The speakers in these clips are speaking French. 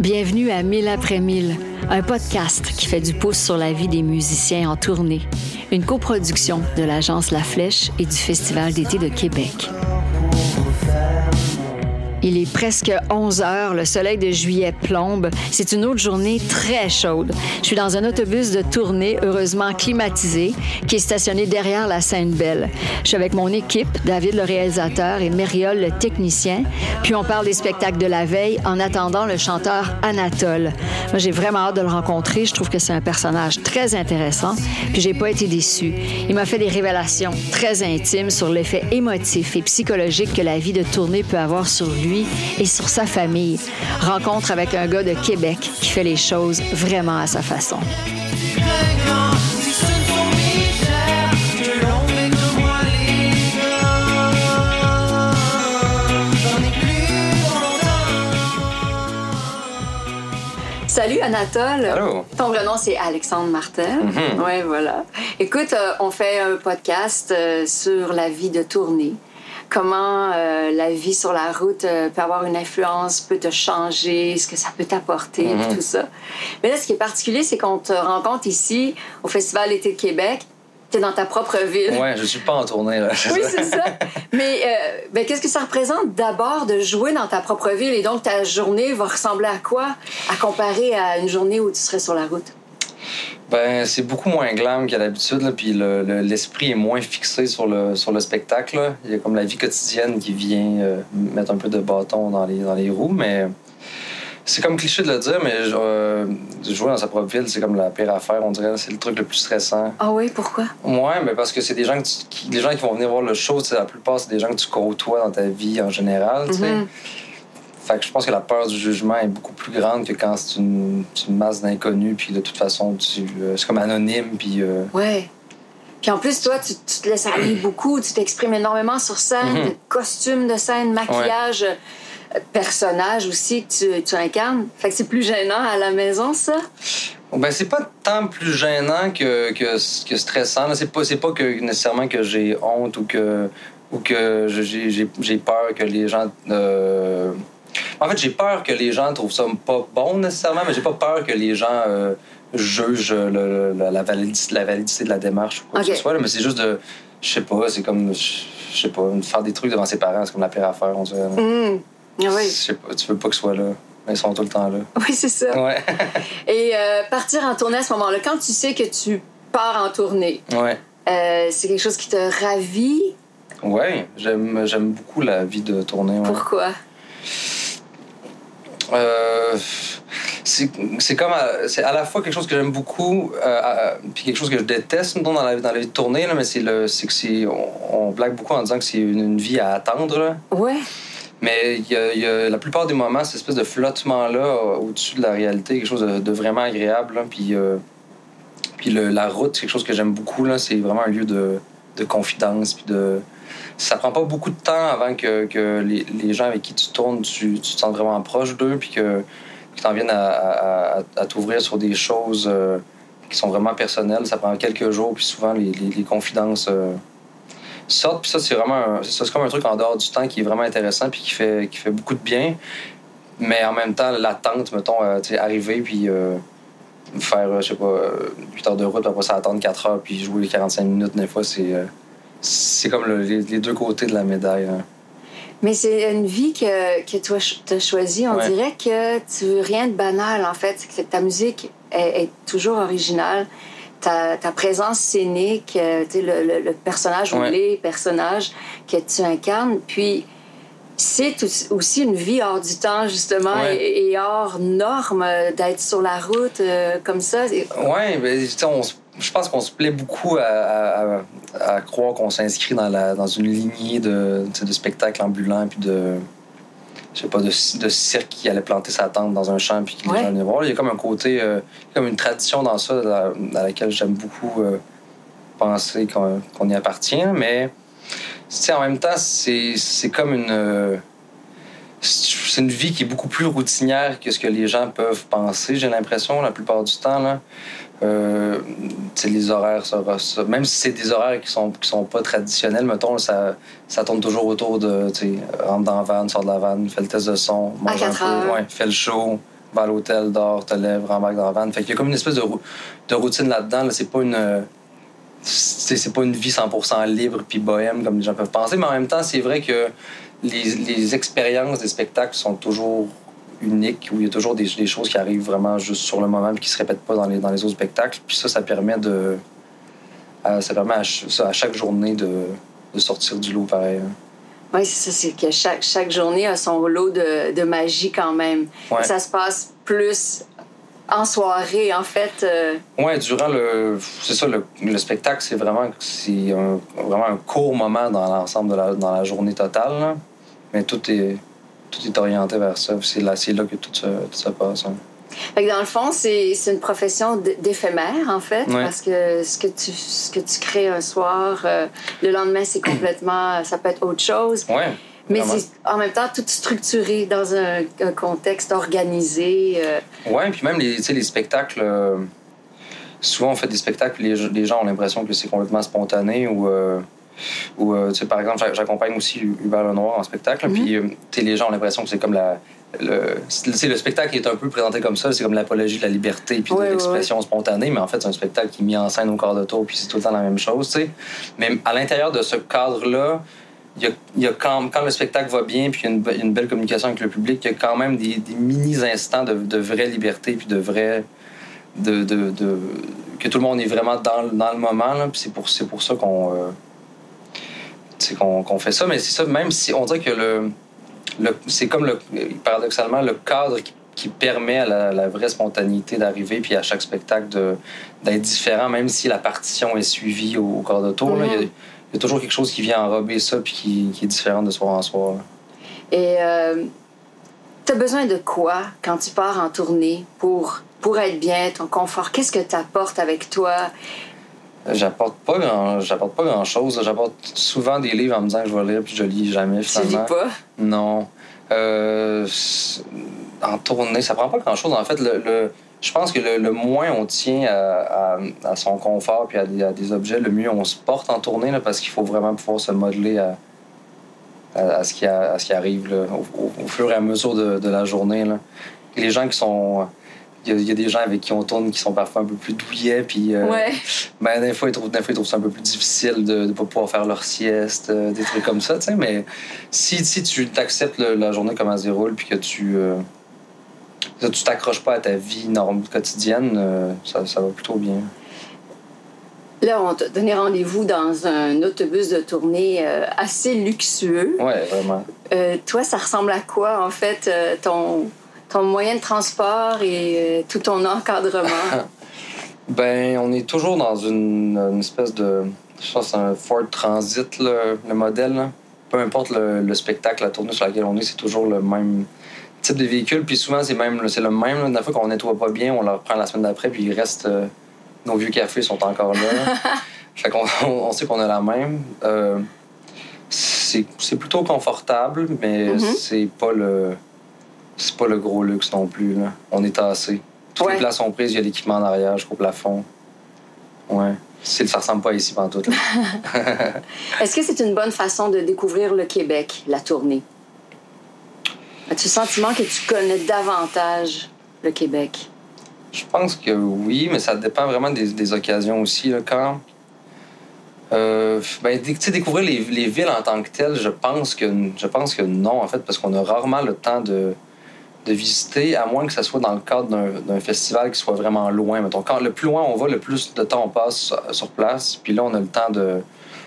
Bienvenue à 1000 après 1000, un podcast qui fait du pouce sur la vie des musiciens en tournée. Une coproduction de l'agence La Flèche et du Festival d'été de Québec. Il est presque 11 heures, le soleil de juillet plombe. C'est une autre journée très chaude. Je suis dans un autobus de tournée, heureusement climatisé, qui est stationné derrière la Sainte-Belle. Je suis avec mon équipe, David le réalisateur et Mériol le technicien. Puis on parle des spectacles de la veille en attendant le chanteur Anatole. Moi, j'ai vraiment hâte de le rencontrer. Je trouve que c'est un personnage très intéressant. Puis j'ai pas été déçue. Il m'a fait des révélations très intimes sur l'effet émotif et psychologique que la vie de tournée peut avoir sur lui et sur sa famille. Rencontre avec un gars de Québec qui fait les choses vraiment à sa façon. Salut Anatole. Allô. Ton vrai nom c'est Alexandre Martel. Mm-hmm. Ouais, voilà. Écoute, on fait un podcast sur la vie de tournée. Comment la vie sur la route peut avoir une influence, peut te changer, ce que ça peut t'apporter, puis tout ça. Mais là, ce qui est particulier, c'est qu'on te rencontre ici, au Festival d'été de Québec. T'es dans ta propre ville. Ouais, je suis pas en tournée, là. Oui, c'est ça. Mais qu'est-ce que ça représente d'abord de jouer dans ta propre ville? Et donc, ta journée va ressembler à quoi à comparer à une journée où tu serais sur la route? Ben, c'est beaucoup moins glam qu'à l'habitude, là, puis l'esprit est moins fixé sur le spectacle, là. Il y a comme la vie quotidienne qui vient mettre un peu de bâton dans les roues, mais c'est comme cliché de le dire, mais jouer dans sa propre ville, c'est comme la pire affaire, on dirait. C'est le truc le plus stressant. Ah oui, pourquoi? Ouais, mais parce que c'est des gens les gens qui vont venir voir le show, la plupart, c'est des gens que tu côtoies dans ta vie en général, tu sais. Fait que je pense que la peur du jugement est beaucoup plus grande que quand c'est une masse d'inconnus, puis de toute façon, c'est comme anonyme, puis... Ouais. Puis en plus, toi, tu te laisses aller beaucoup, tu t'exprimes énormément sur scène, costume de scène, maquillage, personnage aussi que tu incarnes. Fait que c'est plus gênant à la maison, ça? Ben, c'est pas tant plus gênant que stressant. Là. C'est pas que nécessairement que j'ai honte ou que j'ai peur que les gens... En fait, j'ai peur que les gens trouvent ça pas bon nécessairement, mais j'ai pas peur que les gens jugent la validité de la démarche ou quoi que ce soit. Là. Mais c'est juste de... Je sais pas, c'est comme... Je sais pas, faire des trucs devant ses parents, c'est comme la pire affaire, on dirait. Oui. Je sais pas, tu veux pas qu'ils soient là. Mais ils sont tout le temps là. Oui, c'est ça. Ouais. Et partir en tournée à ce moment-là, quand tu sais que tu pars en tournée, ouais. C'est quelque chose qui te ravit? Ouais, j'aime beaucoup la vie de tournée. Ouais. Pourquoi? C'est comme c'est à la fois quelque chose que j'aime beaucoup puis quelque chose que je déteste dans la vie de tournée là, mais c'est que on blague beaucoup en disant que c'est une vie à attendre là. Ouais. Mais il y a la plupart des moments cette espèce de flottement là au-dessus de la réalité, quelque chose de vraiment agréable là, puis la route c'est quelque chose que j'aime beaucoup là, c'est vraiment un lieu de confidence puis de... Ça prend pas beaucoup de temps avant que les gens avec qui tu tournes, tu te sens vraiment proche d'eux, puis que t'en viennes à t'ouvrir sur des choses qui sont vraiment personnelles. Ça prend quelques jours, puis souvent les confidences sortent. Puis ça, c'est vraiment c'est comme un truc en dehors du temps qui est vraiment intéressant, puis qui fait beaucoup de bien. Mais en même temps, l'attente, mettons, arriver, puis faire, je sais pas, 8 heures de route, puis après ça, attendre 4 heures, puis jouer 45 minutes, des fois, c'est comme les deux côtés de la médaille. Hein. Mais c'est une vie que toi, tu as choisie. On dirait que tu veux rien de banal, en fait. C'est que ta musique est toujours originale. Ta présence scénique, le personnage ou les personnages que tu incarnes. Puis, c'est aussi une vie hors du temps, justement, et hors norme d'être sur la route comme ça. Oui, mais je pense qu'on se plaît beaucoup à croire qu'on s'inscrit dans une lignée de spectacles ambulants puis de cirque qui allait planter sa tente dans un champ puis que les gens venaient voir. Il y a comme un côté, comme une tradition dans ça dans laquelle j'aime beaucoup penser qu'on y appartient, mais en même temps, c'est comme c'est une vie qui est beaucoup plus routinière que ce que les gens peuvent penser, j'ai l'impression, la plupart du temps. Là. Les horaires, même si c'est des horaires qui sont pas traditionnels, mettons, ça tourne toujours autour de rentre dans la vanne, sort de la vanne, fait le test de son, mange un peu, fais le show, vas à l'hôtel, dors, te lèves, rembarques dans la van. Fait qu'il y a comme une espèce de routine là-dedans. Là. C'est pas une vie 100% libre puis bohème comme les gens peuvent penser, mais en même temps, c'est vrai que les expériences des spectacles sont toujours uniques, où il y a toujours des choses qui arrivent vraiment juste sur le moment et qui se répètent pas dans les autres spectacles. Puis ça permet à chaque journée de sortir du lot pareil. Hein. Oui, c'est ça, c'est que chaque journée a son lot de magie quand même. Ouais. Ça se passe plus en soirée, en fait. Oui, durant c'est ça, le spectacle, c'est vraiment un court moment dans l'ensemble dans la journée totale. Là. Mais tout est orienté vers ça. C'est là que tout se passe. Hein. Fait que dans le fond, c'est une profession d'éphémère, en fait, ouais. parce que ce que tu crées un soir, le lendemain, c'est complètement... ça peut être autre chose. Ouais. Mais vraiment. c'est en même temps tout structuré dans un contexte organisé. Oui, puis même les spectacles... souvent, on fait des spectacles, les gens ont l'impression que c'est complètement spontané ou tu sais, par exemple, j'accompagne aussi Hubert Lenoir en spectacle, puis les gens ont l'impression que c'est comme le spectacle est un peu présenté comme ça, c'est comme l'apologie de la liberté puis de l'expression spontanée, mais en fait, c'est un spectacle qui est mis en scène au quart de tour, puis c'est tout le temps la même chose, tu sais. Mais à l'intérieur de ce cadre-là, il y a quand le spectacle va bien, puis il y a une belle communication avec le public, il y a quand même des mini-instants de vraie liberté, puis de vraie... que tout le monde est vraiment dans le moment, là, puis c'est pour ça qu'on fait ça. Mais c'est ça, même si on dirait que c'est comme paradoxalement le cadre qui permet à la vraie spontanéité d'arriver, puis à chaque spectacle d'être différent, même si la partition est suivie au quart de tour. Là, il y a toujours quelque chose qui vient enrober ça puis qui est différent de soir en soir. Là. Et t'as besoin de quoi quand tu pars en tournée pour être bien, ton confort? Qu'est-ce que t'apportes avec toi? J'apporte pas grand-chose. J'apporte souvent des livres en me disant que je vais lire puis je lis jamais finalement. Tu lis pas? Non. En tournée, ça prend pas grand-chose. En fait, je pense que le moins on tient à son confort puis à des objets, le mieux on se porte en tournée, là, parce qu'il faut vraiment pouvoir se modeler à ce qui arrive là, au fur et à mesure de la journée. Là. Et les gens qui sont... Il y a des gens avec qui on tourne qui sont parfois un peu plus douillets, puis des fois, ils trouvent ça un peu plus difficile de ne pas pouvoir faire leur sieste, des trucs comme ça, tu sais. Mais si tu t'acceptes la journée comme elle se déroule, puis que tu t'accroches pas à ta vie quotidienne, ça va plutôt bien. Là, on t'a donné rendez-vous dans un autobus de tournée assez luxueux. Oui, vraiment. Toi, ça ressemble à quoi, en fait, ton moyen de transport et tout ton encadrement? On est toujours dans une espèce de... Je pense que c'est un Ford Transit, le modèle. Là. Peu importe le spectacle, la tournée sur laquelle on est, c'est toujours le même type de véhicule. Puis souvent, c'est le même. Là. La fois qu'on nettoie pas bien, on le reprend la semaine d'après, puis il reste... nos vieux cafés sont encore là. Fait qu'on on sait qu'on a la même. C'est plutôt confortable, mais c'est pas le gros luxe non plus. Là. On est tassé. Toutes les places sont prises, il y a l'équipement en arrière jusqu'au plafond. Ouais. Ça ressemble pas ici pantoute. Est-ce que c'est une bonne façon de découvrir le Québec, la tournée? As-tu le sentiment que tu connais davantage le Québec? Je pense que oui, mais ça dépend vraiment des occasions aussi. Là. Quand... découvrir les villes en tant que telles, je pense que non, en fait, parce qu'on a rarement le temps de visiter, à moins que ça soit dans le cadre d'un festival qui soit vraiment loin. Mettons, le plus loin on va, le plus de temps on passe sur place. Puis là, on a le temps de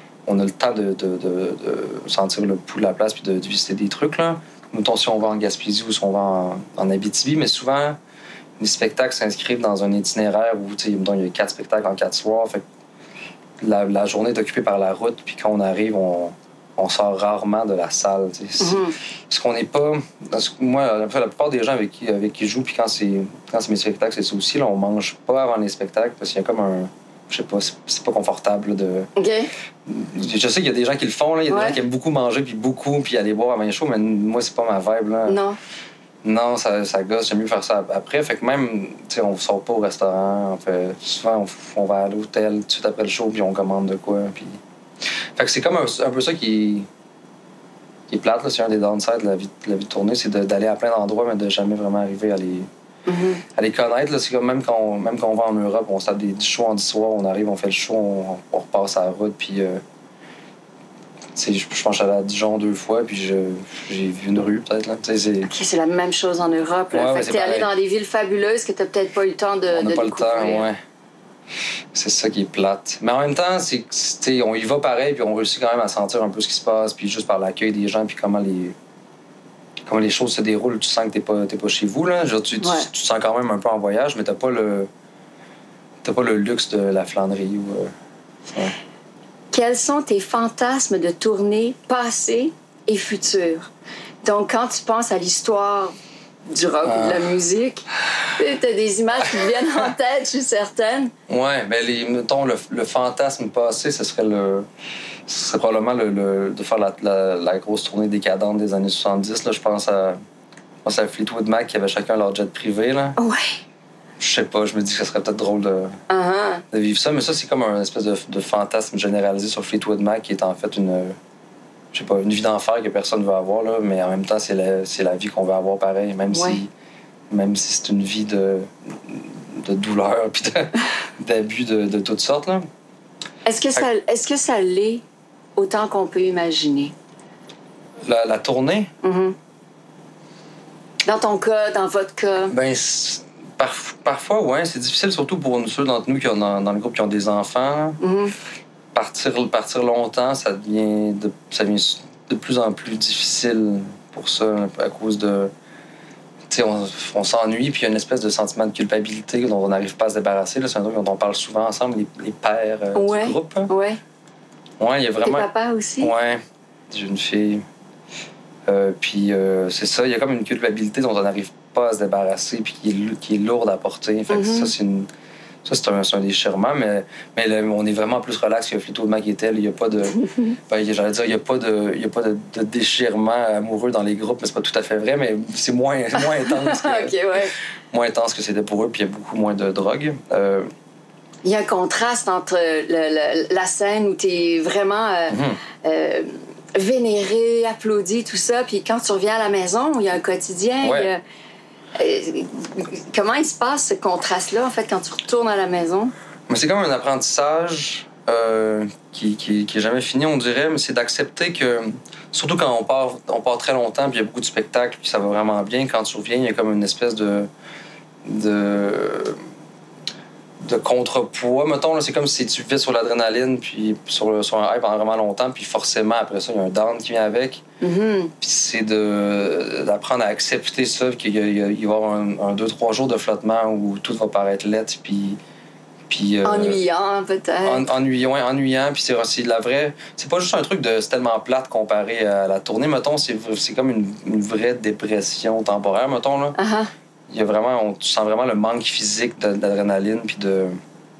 sentir le pouls de la place puis de visiter des trucs. Là. Mettons, si on va en Gaspésie ou si on va en Abitibi, mais souvent, les spectacles s'inscrivent dans un itinéraire où il y a 4 spectacles en 4 soirs. Fait que la journée est occupée par la route, puis quand on arrive, on sort rarement de la salle. Parce qu'on n'est pas... Moi, la plupart des gens avec qui je joue, puis quand c'est mes spectacles, c'est ça aussi, là, on mange pas avant les spectacles, parce qu'il y a comme un... Je sais pas, c'est pas confortable. OK. Je sais qu'il y a des gens qui le font, là. Il y a des gens qui aiment beaucoup manger, puis aller boire avant les shows, mais moi, c'est pas ma vibe. Là. Non, ça gosse. J'aime mieux faire ça après. Fait que même, on sort pas au restaurant. Souvent, on va à l'hôtel tout de suite après le show, puis on commande de quoi. Puis... Fait que c'est comme un peu ça qui est plate. Là. C'est un des downsides de la vie de tournée, c'est d'aller à plein d'endroits, mais de jamais vraiment arriver à à les connaître. Là, c'est comme même quand on va en Europe, on se tape du show en 10 soirs, on arrive, on fait le show, on repasse à la route, puis je pense que j'allais à Dijon 2 fois, puis j'ai vu une rue, peut-être. Là. OK, c'est la même chose en Europe. Là. Ouais, fait que t'es allé dans des villes fabuleuses que t'as peut-être pas eu le temps de On n'a pas découvrir. le temps, ouais. C'est ça qui est plate. Mais en même temps, on y va pareil, puis on réussit quand même à sentir un peu ce qui se passe, puis juste par l'accueil des gens, puis comment les choses se déroulent, tu sens que t'es pas chez vous. Là. Genre, tu te sens quand même un peu en voyage, mais t'as pas le luxe de la Flandrie. Ouais. Quels sont tes fantasmes de tournée passés et futurs? Donc, quand tu penses à l'histoire du rock ou de la musique, t'as des images qui te viennent en tête, je suis certaine. Ouais, ben mettons, le fantasme passé, ce serait probablement de faire la grosse tournée décadente des années 70. Là, je pense à Fleetwood Mac qui avait chacun leur jet privé. Là. Ouais. Je sais pas, je me dis que ce serait peut-être drôle de vivre ça, mais ça, c'est comme un espèce de fantasme généralisé sur Fleetwood Mac qui est en fait une vie d'enfer que personne ne veut avoir, là, mais en même temps, c'est la vie qu'on veut avoir pareil, même si c'est une vie de douleur puis d'abus de toutes sortes. Là. Est-ce que ça l'est autant qu'on peut imaginer? La tournée? Mm-hmm. Dans ton cas, dans votre cas? Ben, parfois, ouais, c'est difficile, surtout pour ceux d'entre nous qui ont dans le groupe qui ont des enfants. Mm-hmm. Partir longtemps, ça devient de plus en plus difficile pour ça, à cause de... Tu sais, on s'ennuie, puis il y a une espèce de sentiment de culpabilité dont on n'arrive pas à se débarrasser. Là. C'est un truc dont on parle souvent ensemble, les pères du groupe. Hein. Ouais. Ouais, il y a vraiment... Tes papas aussi? Ouais, j'ai une fille. Puis c'est ça, il y a comme une culpabilité dont on n'arrive pas à se débarrasser, puis qui est lourde à porter. Fait que ça, c'est un déchirement, mais là, on est vraiment plus relax que Fleetwood Mac était. Il n'y a pas de... j'allais dire, il n'y a pas de déchirement amoureux dans les groupes, mais c'est pas tout à fait vrai, mais c'est moins intense moins intense que c'était pour eux, puis il y a beaucoup moins de drogue. Il y a un contraste entre la scène où tu es vraiment vénéré, applaudi, tout ça, puis quand tu reviens à la maison, il y a un quotidien. Ouais. Comment il se passe ce contraste-là, en fait, quand tu retournes à la maison? Mais c'est comme un apprentissage qui est jamais fini, on dirait, mais c'est d'accepter que, surtout quand on part très longtemps, puis il y a beaucoup de spectacles, puis ça va vraiment bien, quand tu reviens, il y a comme une espèce de contrepoids. Mettons, là, c'est comme si tu vis sur l'adrénaline, puis sur un hype pendant vraiment longtemps, puis forcément, après ça, il y a un down qui vient avec. Mm-hmm. Puis c'est d'apprendre à accepter ça, qu'il va y avoir un 2-3 jours de flottement où tout va paraître laid, puis ennuyant, peut-être. Ennuyant, puis c'est la vraie... C'est pas juste un truc c'est tellement plate comparé à la tournée, mettons, c'est comme une vraie dépression temporaire, mettons, là. Uh-huh. Il y a vraiment... Tu sens vraiment le manque physique d'adrénaline, puis de...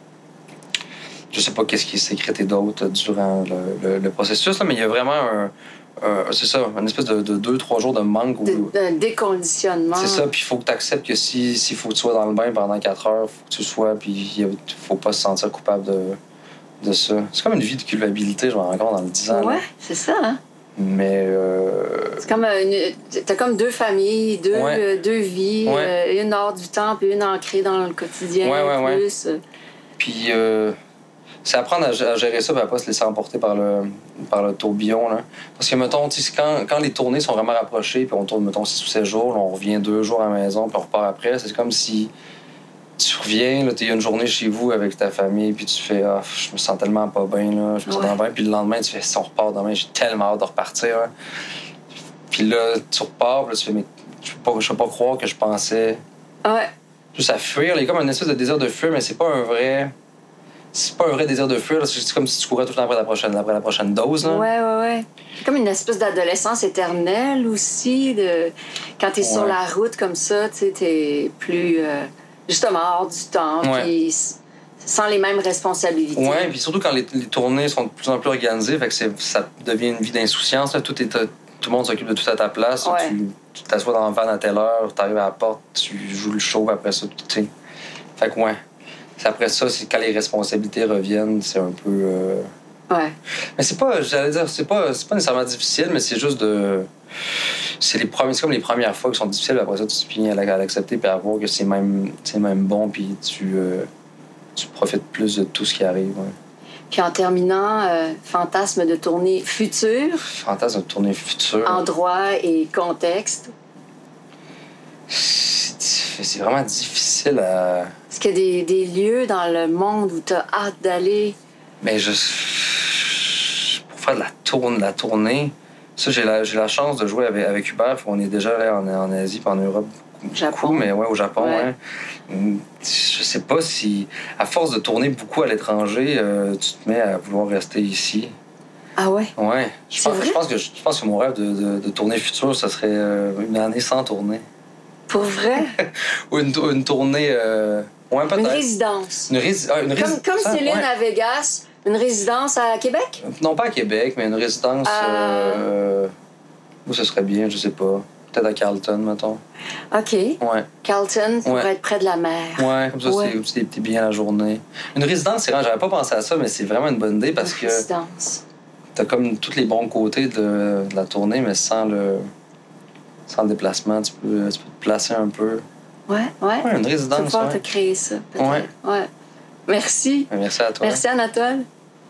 Je sais pas qu'est-ce qui est sécrété d'autre durant le processus, là, mais il y a vraiment c'est ça, une espèce de 2-3 jours de manque. Un déconditionnement. C'est ça, puis il faut que tu acceptes que s'il faut que tu sois dans le bain pendant 4 heures, il faut que tu sois, puis il faut pas se sentir coupable de ça. C'est comme une vie de culpabilité, je m'en rends compte dans le 10 ans. Ouais, là. c'est ça, hein? Mais... C'est comme t'as comme 2 familles, deux vies, une hors du temps, puis une ancrée dans le quotidien. Plus. Puis... c'est apprendre à gérer ça et à pas se laisser emporter par le tourbillon. Là. Parce que, mettons, quand les tournées sont vraiment rapprochées, puis on tourne, mettons, 6 ou 7 jours, là, on revient 2 jours à la maison, puis on repart après, c'est comme si tu reviens, tu es une journée chez vous avec ta famille, puis tu fais « je me sens tellement pas bien, là, je me sens tellement bien », puis le lendemain, tu fais « si on repart demain, j'ai tellement hâte de repartir. Hein. » Puis là, tu repars, puis là, tu fais « mais je peux pas croire que je pensais juste à fuir. » Il y a comme une espèce de désir de fuir, mais c'est pas un vrai désir de fuir. C'est comme si tu courais tout le temps après la prochaine dose. Là. Ouais. C'est comme une espèce d'adolescence éternelle aussi. Quand t'es sur la route comme ça, t'es plus justement hors du temps, puis sans les mêmes responsabilités. Ouais, puis surtout quand les tournées sont de plus en plus organisées, fait que ça devient une vie d'insouciance. Là. Tout le monde s'occupe de tout à ta place. Ouais. Tu t'assois dans le van à telle heure, t'arrives à la porte, tu joues le show, après ça, tu sais. Fait que après ça, c'est quand les responsabilités reviennent, c'est un peu Ouais. Mais c'est pas nécessairement difficile, mais c'est juste de... C'est comme les premières fois qui sont difficiles, après ça, tu finis à l'accepter et à voir que c'est même bon, puis tu profites plus de tout ce qui arrive. Ouais. Puis en terminant, fantasme de tournée future. Fantasme de tournée future. Endroit et contexte. C'est vraiment difficile à... Est-ce qu'il y a des lieux dans le monde où tu as hâte d'aller? Mais pour faire de la tournée, ça, j'ai la chance de jouer avec Hubert. On est déjà allé en Asie et en Europe. Japon. Mais ouais, au Japon, ouais. Je sais pas si, à force de tourner beaucoup à l'étranger, tu te mets à vouloir rester ici. Ah ouais? Ouais. Je pense que mon rêve de tournée future, ça serait une année sans tournée. Pour vrai? Ou une tournée... ouais, peut-être. Une résidence. Comme ça, Céline ouais. à Vegas, une résidence à Québec? Non, pas à Québec, mais une résidence... où ce serait bien, je sais pas. Peut-être à Carleton, mettons. OK. Ouais. Carleton, pour être près de la mer. Ouais, comme ça, c'est des petits billets à la journée. Une résidence, c'est vrai, j'avais pas pensé à ça, mais c'est vraiment une bonne idée parce que... Résidence. T'as comme tous les bons côtés de la tournée, mais sans le déplacement, tu peux te placer un peu. Ouais. Une résidence. Tu vas pouvoir te créer ça, peut-être. Ouais. Merci. Merci à toi. Merci, Anatole.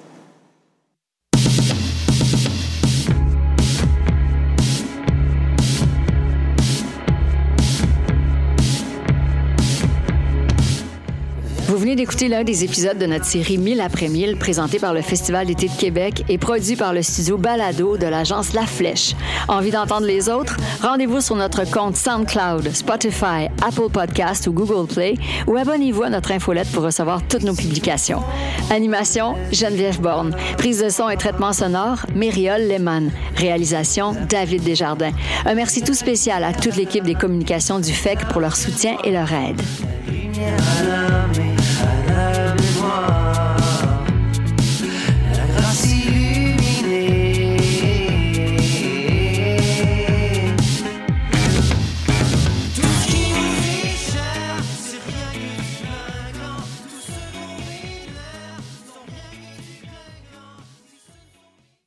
Vous venez d'écouter l'un des épisodes de notre série 1000 après 1000, présentée par le Festival d'été de Québec et produit par le studio Balado de l'agence La Flèche. Envie d'entendre les autres? Rendez-vous sur notre compte SoundCloud, Spotify, Apple Podcasts ou Google Play ou abonnez-vous à notre infolette pour recevoir toutes nos publications. Animation, Geneviève Borne. Prise de son et traitement sonore, Mériole Lehmann. Réalisation, David Desjardins. Un merci tout spécial à toute l'équipe des communications du FEC pour leur soutien et leur aide. I love me, moi.